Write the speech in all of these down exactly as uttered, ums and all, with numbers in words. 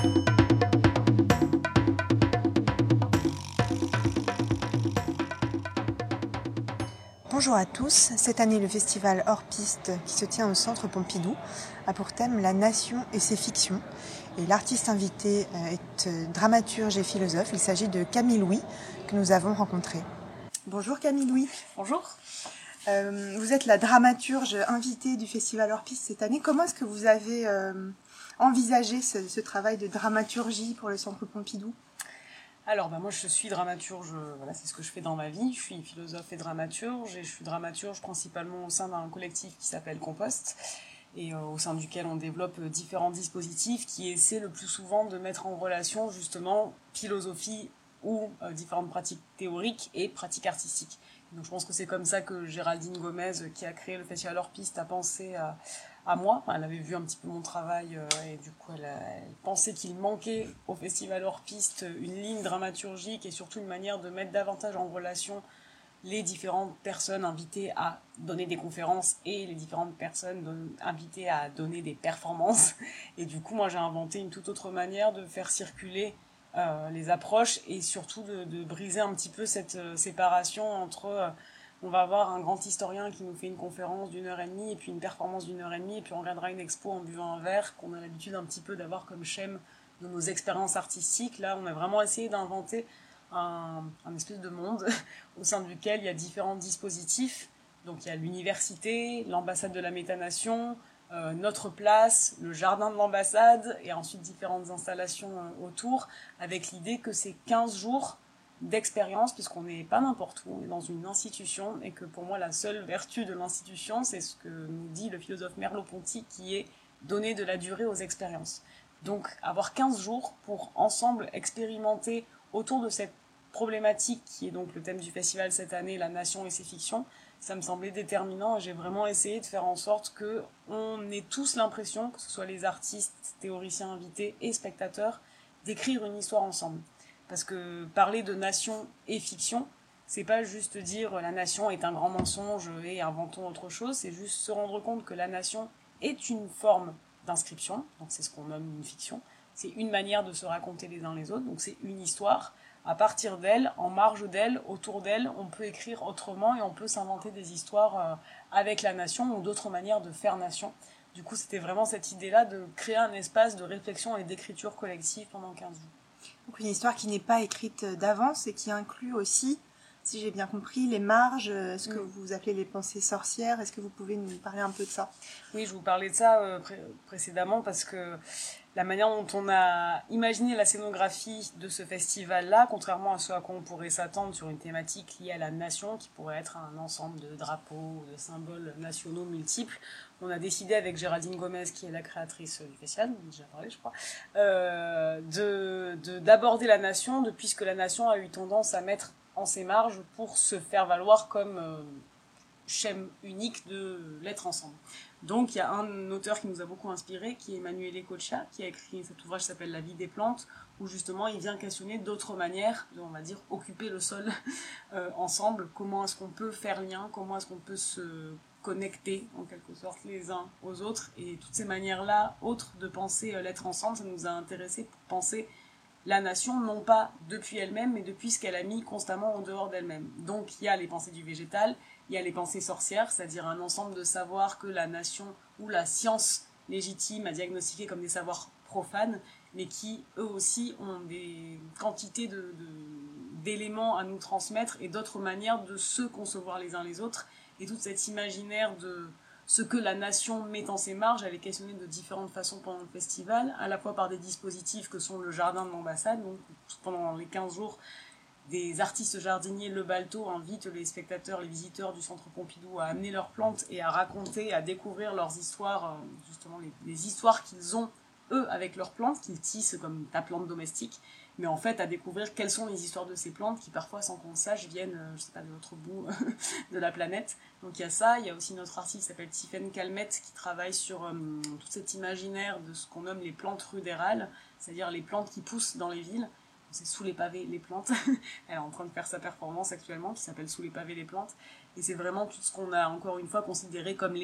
Bonjour à tous, cette année le festival Hors Piste qui se tient au Centre Pompidou a pour thème la nation et ses fictions. Et l'artiste invité est dramaturge et philosophe, il s'agit de Camille Louis que nous avons rencontré. Bonjour Camille Louis. Bonjour. Euh, vous êtes la dramaturge invitée du festival Hors Piste cette année. Comment est-ce que vous avez euh, envisagé ce, ce travail de dramaturgie pour le Centre Pompidou ? Alors, bah, moi, je suis dramaturge, voilà, c'est ce que je fais dans ma vie. Je suis philosophe et dramaturge, et je suis dramaturge principalement au sein d'un collectif qui s'appelle Compost, et euh, au sein duquel on développe différents dispositifs qui essaient le plus souvent de mettre en relation, justement, philosophie ou euh, différentes pratiques théoriques et pratiques artistiques. Donc, je pense que c'est comme ça que Géraldine Gomez, qui a créé le festival Hors Piste, a pensé à... à moi. Elle avait vu un petit peu mon travail euh, et du coup elle, a, elle pensait qu'il manquait au festival Hors Piste une ligne dramaturgique et surtout une manière de mettre davantage en relation les différentes personnes invitées à donner des conférences et les différentes personnes don- invitées à donner des performances. Et du coup moi j'ai inventé une toute autre manière de faire circuler euh, les approches et surtout de, de briser un petit peu cette euh, séparation entre... Euh, on va avoir un grand historien qui nous fait une conférence d'une heure et demie et puis une performance d'une heure et demie et puis on regardera une expo en buvant un verre qu'on a l'habitude un petit peu d'avoir comme schème de nos expériences artistiques. Là, on a vraiment essayé d'inventer un, un espèce de monde au sein duquel il y a différents dispositifs. Donc il y a l'université, l'ambassade de la métanation, euh, notre place, le jardin de l'ambassade et ensuite différentes installations euh, autour avec l'idée que c'est quinze jours d'expérience, puisqu'on n'est pas n'importe où, on est dans une institution, et que pour moi la seule vertu de l'institution, c'est ce que nous dit le philosophe Merleau-Ponty, qui est donner de la durée aux expériences. Donc avoir quinze jours pour ensemble expérimenter autour de cette problématique, qui est donc le thème du festival cette année, la nation et ses fictions, ça me semblait déterminant, et j'ai vraiment essayé de faire en sorte qu'on ait tous l'impression, que ce soit les artistes, théoriciens invités et spectateurs, d'écrire une histoire ensemble. Parce que parler de nation et fiction, c'est pas juste dire la nation est un grand mensonge et inventons autre chose, c'est juste se rendre compte que la nation est une forme d'inscription, donc c'est ce qu'on nomme une fiction, c'est une manière de se raconter les uns les autres, donc c'est une histoire. À partir d'elle, en marge d'elle, autour d'elle, on peut écrire autrement et on peut s'inventer des histoires avec la nation ou d'autres manières de faire nation. Du coup, c'était vraiment cette idée-là de créer un espace de réflexion et d'écriture collective pendant quinze jours. Donc une histoire qui n'est pas écrite d'avance et qui inclut aussi, si j'ai bien compris, les marges, ce que mmh. vous appelez les pensées sorcières. Est-ce que vous pouvez nous parler un peu de ça ? Oui, je vous parlais de ça euh, pré- précédemment parce que la manière dont on a imaginé la scénographie de ce festival-là, contrairement à ce à quoi on pourrait s'attendre sur une thématique liée à la nation, qui pourrait être un ensemble de drapeaux, de symboles nationaux multiples, on a décidé avec Géraldine Gomez, qui est la créatrice du festival, on en a déjà parlé je crois, euh, de, de, d'aborder la nation, de, puisque la nation a eu tendance à mettre en ses marges pour se faire valoir comme euh, schème unique de l'être ensemble. Donc il y a un auteur qui nous a beaucoup inspiré, qui est Emanuele Ecoccia, qui a écrit cet ouvrage qui s'appelle La vie des plantes, où justement il vient questionner d'autres manières de, on va dire, occuper le sol euh, ensemble. Comment est-ce qu'on peut faire lien, comment est-ce qu'on peut se connecter en quelque sorte les uns aux autres, et toutes ces manières-là, autres de penser euh, l'être ensemble, ça nous a intéressés pour penser la nation, non pas depuis elle-même, mais depuis ce qu'elle a mis constamment en dehors d'elle-même. Donc il y a les pensées du végétal, il y a les pensées sorcières, c'est-à-dire un ensemble de savoirs que la nation ou la science légitime a diagnostiqués comme des savoirs profanes, mais qui, eux aussi, ont des quantités de, de, d'éléments à nous transmettre et d'autres manières de se concevoir les uns les autres. Et tout cet imaginaire de ce que la nation met en ses marges, elle est questionnée de différentes façons pendant le festival, à la fois par des dispositifs que sont le jardin de l'ambassade, donc pendant les quinze jours, des artistes jardiniers Le Balto invitent les spectateurs, les visiteurs du Centre Pompidou à amener leurs plantes et à raconter, à découvrir leurs histoires, justement les, les histoires qu'ils ont, eux, avec leurs plantes, qu'ils tissent comme ta plante domestique, mais en fait à découvrir quelles sont les histoires de ces plantes qui parfois, sans qu'on le sache, viennent, je sais pas, de l'autre bout de la planète. Donc il y a ça, il y a aussi notre artiste qui s'appelle Tiffaine Calmette qui travaille sur euh, tout cet imaginaire de ce qu'on nomme les plantes rudérales, c'est-à-dire les plantes qui poussent dans les villes. C'est Sous les pavés les plantes. Elle est en train de faire sa performance actuellement qui s'appelle Sous les pavés les plantes. Et c'est vraiment tout ce qu'on a encore une fois considéré comme les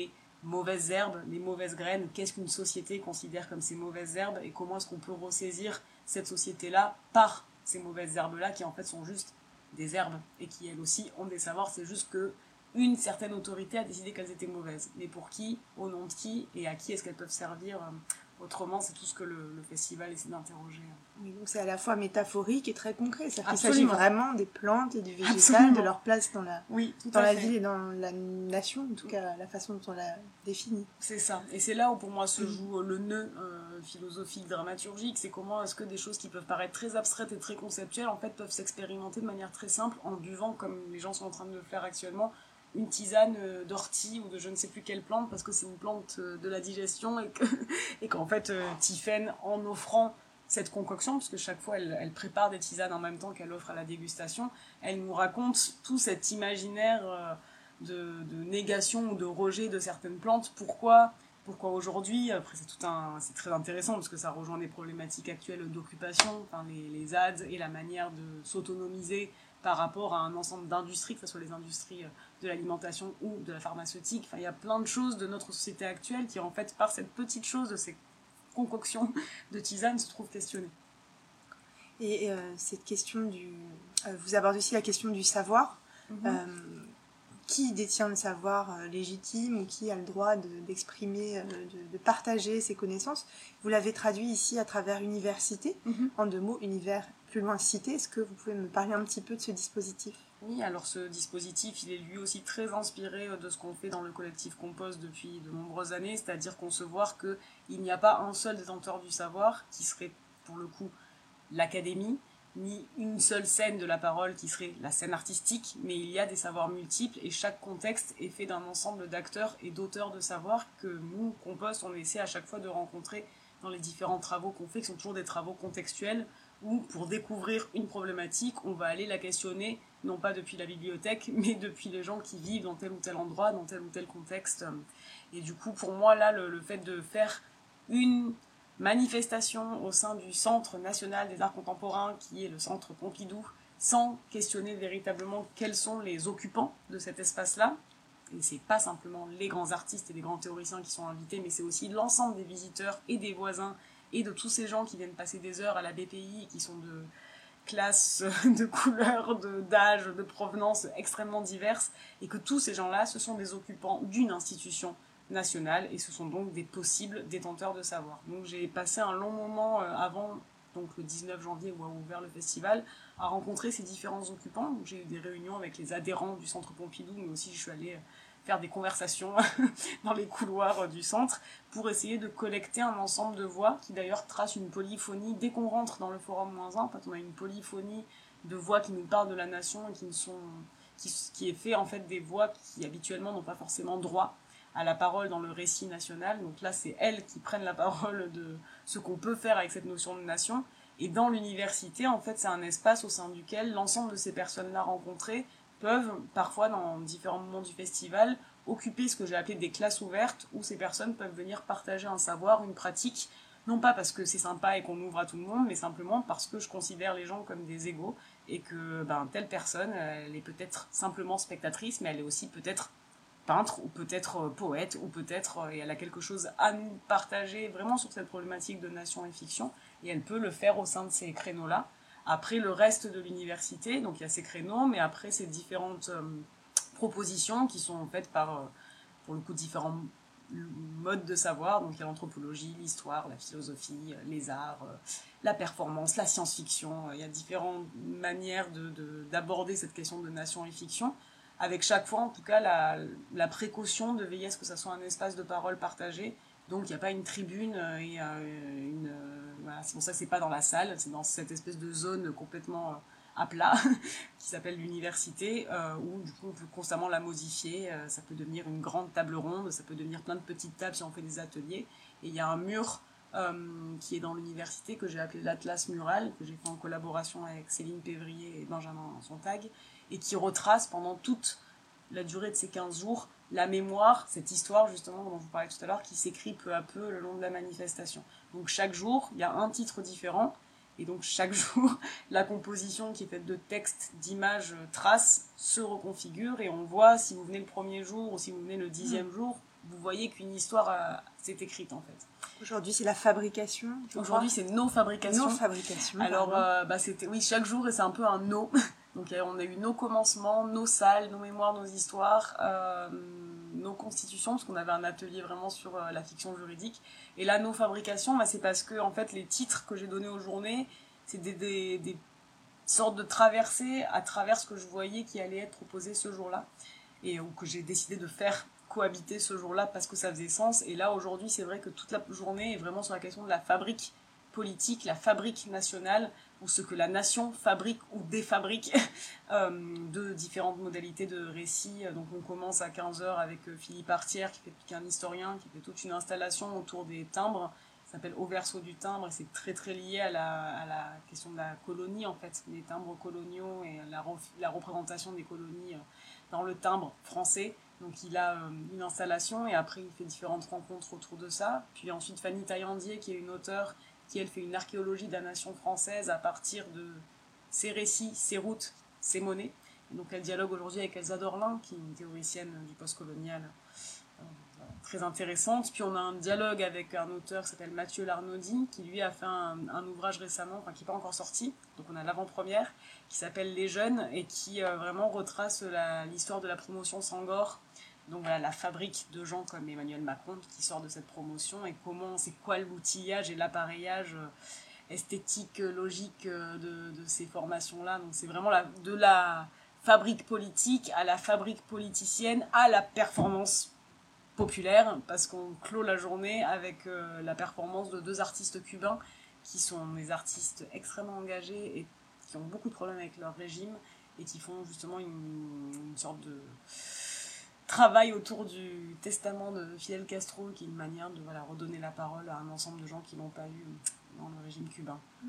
mauvaises herbes, les mauvaises graines, qu'est-ce qu'une société considère comme ces mauvaises herbes et comment est-ce qu'on peut ressaisir cette société-là par ces mauvaises herbes-là qui en fait sont juste des herbes et qui elles aussi ont des savoirs, c'est juste que une certaine autorité a décidé qu'elles étaient mauvaises. Mais pour qui, au nom de qui et à qui est-ce qu'elles peuvent servir autrement, c'est tout ce que le, le festival essaie d'interroger. Oui, donc c'est à la fois métaphorique et très concret. C'est-à-dire qu'il Absolument. s'agit vraiment des plantes et du végétal, Absolument. de leur place dans la, oui, tout dans à la fait. ville et dans la nation, en tout cas la façon dont on l'a définie. C'est ça. Et c'est là où pour moi se joue le nœud euh, philosophique, dramaturgique. C'est comment est-ce que des choses qui peuvent paraître très abstraites et très conceptuelles en fait peuvent s'expérimenter de manière très simple en buvant, comme les gens sont en train de le faire actuellement, une tisane d'ortie ou de je ne sais plus quelle plante parce que c'est une plante de la digestion et que et qu'en fait euh, Tiphaine, en offrant cette concoction, parce que chaque fois elle, elle prépare des tisanes en même temps qu'elle offre à la dégustation, elle nous raconte tout cet imaginaire euh, de, de négation ou de rejet de certaines plantes. Pourquoi pourquoi aujourd'hui, après c'est tout un, c'est très intéressant parce que ça rejoint des problématiques actuelles d'occupation, enfin les, les Z A D et la manière de s'autonomiser par rapport à un ensemble d'industries, que ce soit les industries de l'alimentation ou de la pharmaceutique. Enfin, il y a plein de choses de notre société actuelle qui, en fait, par cette petite chose de ces concoctions de tisane, se trouvent questionnées. Et euh, cette question du... Euh, vous abordez aussi la question du savoir. Mm-hmm. Euh, qui détient le savoir euh, légitime ou qui a le droit de, d'exprimer, euh, de, de partager ses connaissances. Vous l'avez traduit ici à travers université, mm-hmm. en deux mots, univers, plus loin cité. Est-ce que vous pouvez me parler un petit peu de ce dispositif ? Oui, alors ce dispositif, il est lui aussi très inspiré de ce qu'on fait dans le collectif Compost depuis de nombreuses années, c'est-à-dire concevoir qu'il n'y a pas un seul détenteur du savoir, qui serait pour le coup l'académie, ni une seule scène de la parole qui serait la scène artistique, mais il y a des savoirs multiples et chaque contexte est fait d'un ensemble d'acteurs et d'auteurs de savoir que nous, Compost, on essaie à chaque fois de rencontrer dans les différents travaux qu'on fait, qui sont toujours des travaux contextuels, où pour découvrir une problématique, on va aller la questionner, non pas depuis la bibliothèque, mais depuis les gens qui vivent dans tel ou tel endroit, dans tel ou tel contexte. Et du coup, pour moi, là, le, le fait de faire une manifestation au sein du Centre national des arts contemporains, qui est le Centre Pompidou, sans questionner véritablement quels sont les occupants de cet espace-là, et c'est pas simplement les grands artistes et les grands théoriciens qui sont invités, mais c'est aussi l'ensemble des visiteurs et des voisins, et de tous ces gens qui viennent passer des heures à la B P I et qui sont de classes, de couleurs, de, d'âge, de provenance extrêmement diverses, et que tous ces gens-là, ce sont des occupants d'une institution nationale, et ce sont donc des possibles détenteurs de savoir. Donc j'ai passé un long moment euh, avant, donc le dix-neuf janvier où a ouvert le festival, à rencontrer ces différents occupants. Donc j'ai eu des réunions avec les adhérents du Centre Pompidou, mais aussi je suis allée faire des conversations dans les couloirs du centre pour essayer de collecter un ensemble de voix qui d'ailleurs tracent une polyphonie. Dès qu'on rentre dans le forum moins un, en fait, on a une polyphonie de voix qui nous parlent de la nation et qui, ne sont, qui, qui est fait en fait des voix qui habituellement n'ont pas forcément droit à la parole dans le récit national. Donc là, c'est elles qui prennent la parole de ce qu'on peut faire avec cette notion de nation. Et dans l'université, en fait, c'est un espace au sein duquel l'ensemble de ces personnes-là rencontrées peuvent, parfois dans différents moments du festival, occuper ce que j'ai appelé des classes ouvertes, où ces personnes peuvent venir partager un savoir, une pratique, non pas parce que c'est sympa et qu'on ouvre à tout le monde, mais simplement parce que je considère les gens comme des égaux, et que ben, telle personne, elle est peut-être simplement spectatrice, mais elle est aussi peut-être peintre, ou peut-être poète, ou peut-être, et elle a quelque chose à nous partager vraiment sur cette problématique de nation et fiction, et elle peut le faire au sein de ces créneaux-là. Après le reste de l'université, donc il y a ces créneaux, mais après ces différentes euh, propositions qui sont faites par, euh, pour le coup, différents modes de savoir. Donc il y a l'anthropologie, l'histoire, la philosophie, les arts, euh, la performance, la science-fiction. Il y a différentes manières de, de, d'aborder cette question de nation et fiction, avec chaque fois en tout cas la, la précaution de veiller à ce que ça soit un espace de parole partagé. Donc il n'y a pas une tribune et euh, une... Euh, voilà, c'est pour ça que c'est pas dans la salle, c'est dans cette espèce de zone complètement euh, à plat qui s'appelle l'université, euh, où du coup on peut constamment la modifier. Euh, ça peut devenir une grande table ronde, ça peut devenir plein de petites tables si on fait des ateliers. Et il y a un mur euh, qui est dans l'université que j'ai appelé l'Atlas Mural, que j'ai fait en collaboration avec Céline Pévrier et Benjamin Sontag, et qui retrace pendant toute la durée de ces quinze jours la mémoire, cette histoire justement dont je vous parlais tout à l'heure, qui s'écrit peu à peu le long de la manifestation. Donc chaque jour, il y a un titre différent, et donc chaque jour, la composition qui est faite de textes, d'images, traces, se reconfigure, et on voit si vous venez le premier jour ou si vous venez le dixième mmh. jour, vous voyez qu'une histoire euh, s'est écrite en fait. Aujourd'hui, c'est la fabrication. Aujourd'hui, c'est nos fabrications. Nos fabrications. Alors, euh, bah, c'était, oui, chaque jour, et c'est un peu un nos. Donc, on a eu nos commencements, nos salles, nos mémoires, nos histoires, euh, nos constitutions, parce qu'on avait un atelier vraiment sur euh, la fiction juridique. Et là, nos fabrications, bah, c'est parce que, en fait, les titres que j'ai donnés aux journées, c'est des, des, des sortes de traversées à travers ce que je voyais qui allait être proposé ce jour-là. Et ou que j'ai décidé de faire cohabiter ce jour-là parce que ça faisait sens. Et là, aujourd'hui, c'est vrai que toute la journée est vraiment sur la question de la fabrique politique, la fabrique nationale, ou ce que la nation fabrique ou défabrique euh, de différentes modalités de récit. Donc on commence à quinze heures avec Philippe Artière, qui, fait, qui est un historien, qui fait toute une installation autour des timbres, ça s'appelle Au verso du timbre, et c'est très très lié à la, à la question de la colonie, en fait, des timbres coloniaux et la, la représentation des colonies dans le timbre français. Donc il a euh, une installation et après il fait différentes rencontres autour de ça. Puis ensuite Fanny Taillandier, qui est une auteure, qui elle fait une archéologie de la nation française à partir de ses récits, ses routes, ses monnaies. Et donc elle dialogue aujourd'hui avec Elsa Dorlin, qui est une théoricienne du postcolonial euh, très intéressante. Puis on a un dialogue avec un auteur qui s'appelle Mathieu Larnaudy, qui lui a fait un, un ouvrage récemment, enfin qui n'est pas encore sorti, donc on a l'avant-première, qui s'appelle Les Jeunes, et qui euh, vraiment retrace la, l'histoire de la promotion Sangor. Donc voilà, la fabrique de gens comme Emmanuel Macron qui sort de cette promotion, et comment, c'est quoi l'outillage et l'appareillage esthétique, logique de, de ces formations-là. Donc c'est vraiment la, de la fabrique politique à la fabrique politicienne à la performance populaire, parce qu'on clôt la journée avec euh, la performance de deux artistes cubains qui sont des artistes extrêmement engagés et qui ont beaucoup de problèmes avec leur régime et qui font justement une, une sorte de travail autour du testament de Fidel Castro, qui est une manière de voilà, redonner la parole à un ensemble de gens qui l'ont pas eu dans le régime cubain. Mmh.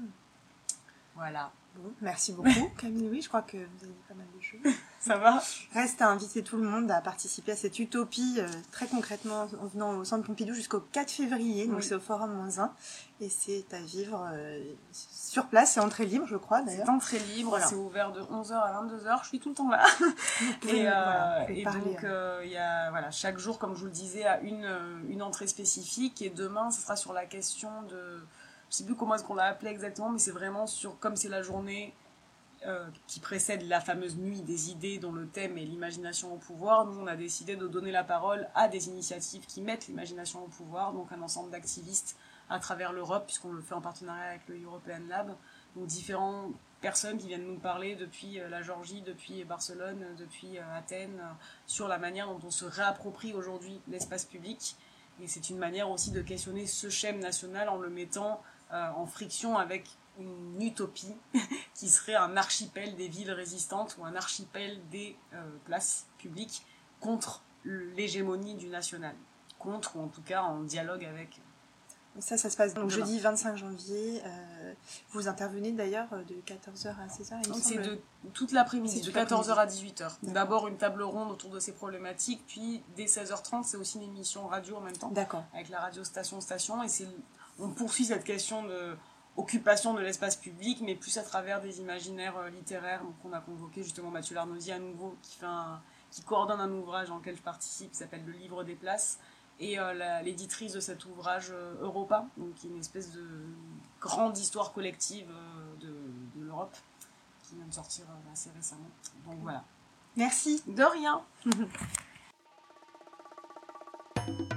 Voilà. Bon, merci beaucoup Camille. Oui, je crois que vous avez dit pas mal de choses. Ça va ? Reste à inviter tout le monde à participer à cette utopie euh, très concrètement en venant au Centre Pompidou jusqu'au quatre février. Donc oui. C'est au Forum moins un et c'est à vivre euh, sur place. C'est entrée libre, je crois d'ailleurs. C'est entrée libre, voilà. C'est ouvert de onze heures à vingt-deux heures. Je suis tout le temps là. et euh, voilà, et parler, donc il euh, y a voilà, chaque jour, comme je vous le disais, à une, une entrée spécifique. Et demain, ce sera sur la question de... Je sais plus comment est-ce qu'on l'a appelé exactement, mais c'est vraiment sur, comme c'est la journée euh, qui précède la fameuse nuit des idées dont le thème est l'imagination au pouvoir, nous on a décidé de donner la parole à des initiatives qui mettent l'imagination au pouvoir, donc un ensemble d'activistes à travers l'Europe, puisqu'on le fait en partenariat avec le European Lab, donc différentes personnes qui viennent nous parler depuis la Géorgie, depuis Barcelone, depuis Athènes, sur la manière dont on se réapproprie aujourd'hui l'espace public. Et c'est une manière aussi de questionner ce schème national en le mettant euh, en friction avec une utopie qui serait un archipel des villes résistantes ou un archipel des euh, places publiques contre l'hégémonie du national. Contre, ou en tout cas en dialogue avec... Ça, ça se passe donc jeudi vingt-cinq janvier. Euh, vous intervenez d'ailleurs de quatorze heures à seize heures, il donc me c'est semble. de toute l'après-midi, c'est de quatorze heures à dix-huit heures. D'accord. D'abord une table ronde autour de ces problématiques, puis dès seize heures trente, c'est aussi une émission radio en même temps. D'accord. Avec la radio Station Station. Et c'est, on poursuit cette question de occupation de l'espace public, mais plus à travers des imaginaires euh, littéraires. Donc on a convoqué justement Mathieu Larnaudy à nouveau, qui, fait un, qui coordonne un ouvrage dans lequel je participe, qui s'appelle Le Livre des Places. Et euh, la, l'éditrice de cet ouvrage, euh, Europa, donc qui est une espèce de grande histoire collective euh, de, de l'Europe, qui vient de sortir euh, assez récemment. Donc voilà. Merci. De rien.